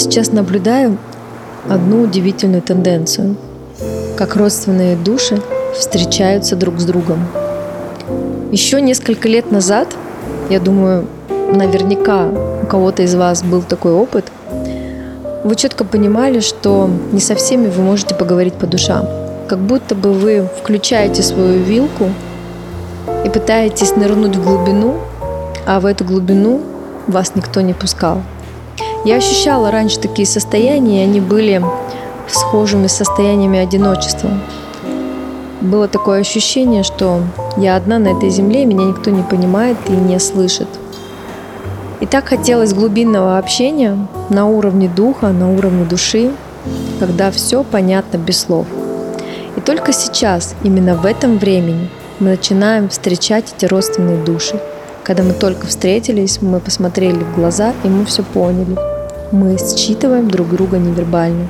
сейчас наблюдаю одну удивительную тенденцию, как родственные души встречаются друг с другом. Еще несколько лет назад, я думаю, наверняка у кого-то из вас был такой опыт, вы четко понимали, что не со всеми вы можете поговорить по душам. Как будто бы вы включаете свою вилку и пытаетесь нырнуть в глубину, а в эту глубину вас никто не пускал. Я ощущала раньше такие состояния, и они были схожими с состояниями одиночества. Было такое ощущение, что я одна на этой земле, меня никто не понимает и не слышит. И так хотелось глубинного общения на уровне духа, на уровне души, когда все понятно без слов. И только сейчас, именно в этом времени, мы начинаем встречать эти родственные души. Когда мы только встретились, мы посмотрели в глаза, и мы все поняли. Мы считываем друг друга невербально.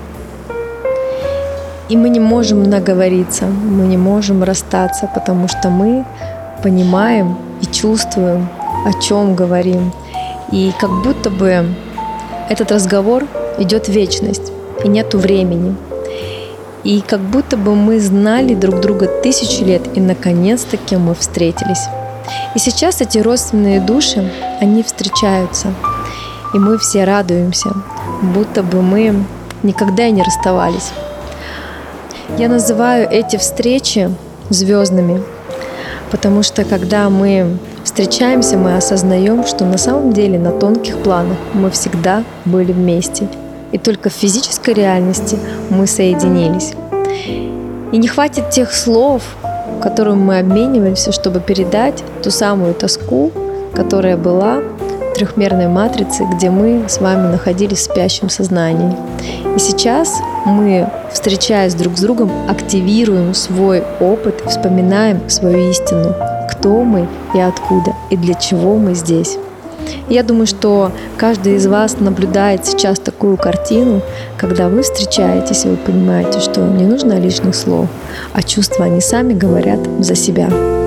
И мы не можем наговориться, мы не можем расстаться, потому что мы понимаем и чувствуем, о чем говорим. И как будто бы этот разговор идет в вечность, и нету времени. И как будто бы мы знали друг друга 1000 лет, и наконец-таки мы встретились. И сейчас эти родственные души, они встречаются, и мы все радуемся, будто бы мы никогда и не расставались. Я называю эти встречи звездными, потому что когда мы встречаемся, мы осознаем, что на самом деле на тонких планах мы всегда были вместе, и только в физической реальности мы соединились. И не хватит тех слов, которым мы обмениваемся, чтобы передать ту самую тоску, которая была в трехмерной матрице, где мы с вами находились в спящем сознании. И сейчас мы, встречаясь друг с другом, активируем свой опыт, вспоминаем свою истину, кто мы и откуда, и для чего мы здесь. Я думаю, что каждый из вас наблюдает сейчас такую картину, когда вы встречаетесь, и вы понимаете, что не нужно лишних слов, а чувства, они сами говорят за себя.